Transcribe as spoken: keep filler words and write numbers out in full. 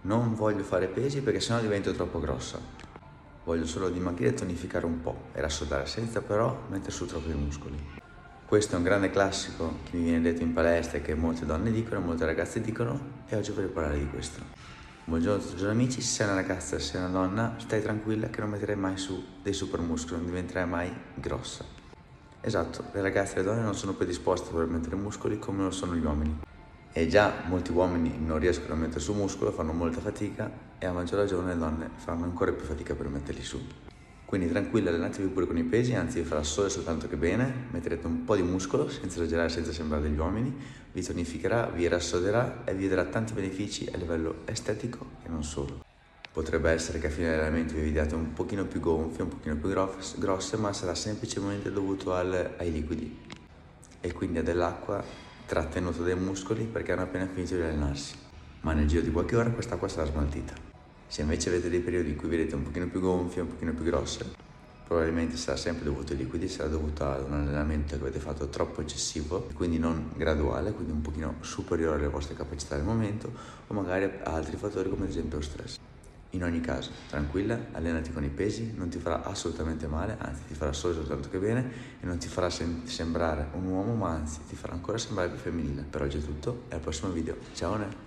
Non voglio fare pesi perché sennò divento troppo grossa. Voglio solo dimagrire e tonificare un po' e rassodare senza però mettere su troppi muscoli. Questo è un grande classico che mi viene detto in palestra e che molte donne dicono, molte ragazze dicono, e oggi vorrei parlare di questo. Buongiorno a tutti i giorni amici, se sei una ragazza, se sei una donna, stai tranquilla che non metterai mai su dei super muscoli, non diventerai mai grossa. Esatto, le ragazze e le donne non sono predisposte per mettere muscoli come lo sono gli uomini. E già molti uomini non riescono a mettere su muscolo, fanno molta fatica e a maggior ragione le donne fanno ancora più fatica per metterli su. Quindi tranquilli, allenatevi pure con i pesi, anzi vi farà solo e soltanto che bene, metterete un po' di muscolo senza esagerare, senza sembrare degli uomini, vi tonificherà, vi rassoderà e vi darà tanti benefici a livello estetico e non solo. Potrebbe essere che a fine allenamento vi vediate un pochino più gonfie, un pochino più grosse, ma sarà semplicemente dovuto al, ai liquidi e quindi a dell'acqua trattenuta dai muscoli perché hanno appena finito di allenarsi. Ma nel giro di qualche ora quest'acqua sarà smaltita. Se invece avete dei periodi in cui vedete un pochino più gonfie, un pochino più grosse, probabilmente sarà sempre dovuto ai liquidi, sarà dovuto ad un allenamento che avete fatto troppo eccessivo, quindi non graduale, quindi un pochino superiore alle vostre capacità del momento, o magari a altri fattori come ad esempio lo stress. In ogni caso, tranquilla, allenati con i pesi, non ti farà assolutamente male, anzi ti farà solo soltanto che bene e non ti farà sem- sembrare un uomo, ma anzi ti farà ancora sembrare più femminile. Per oggi è tutto e al prossimo video. Ciao!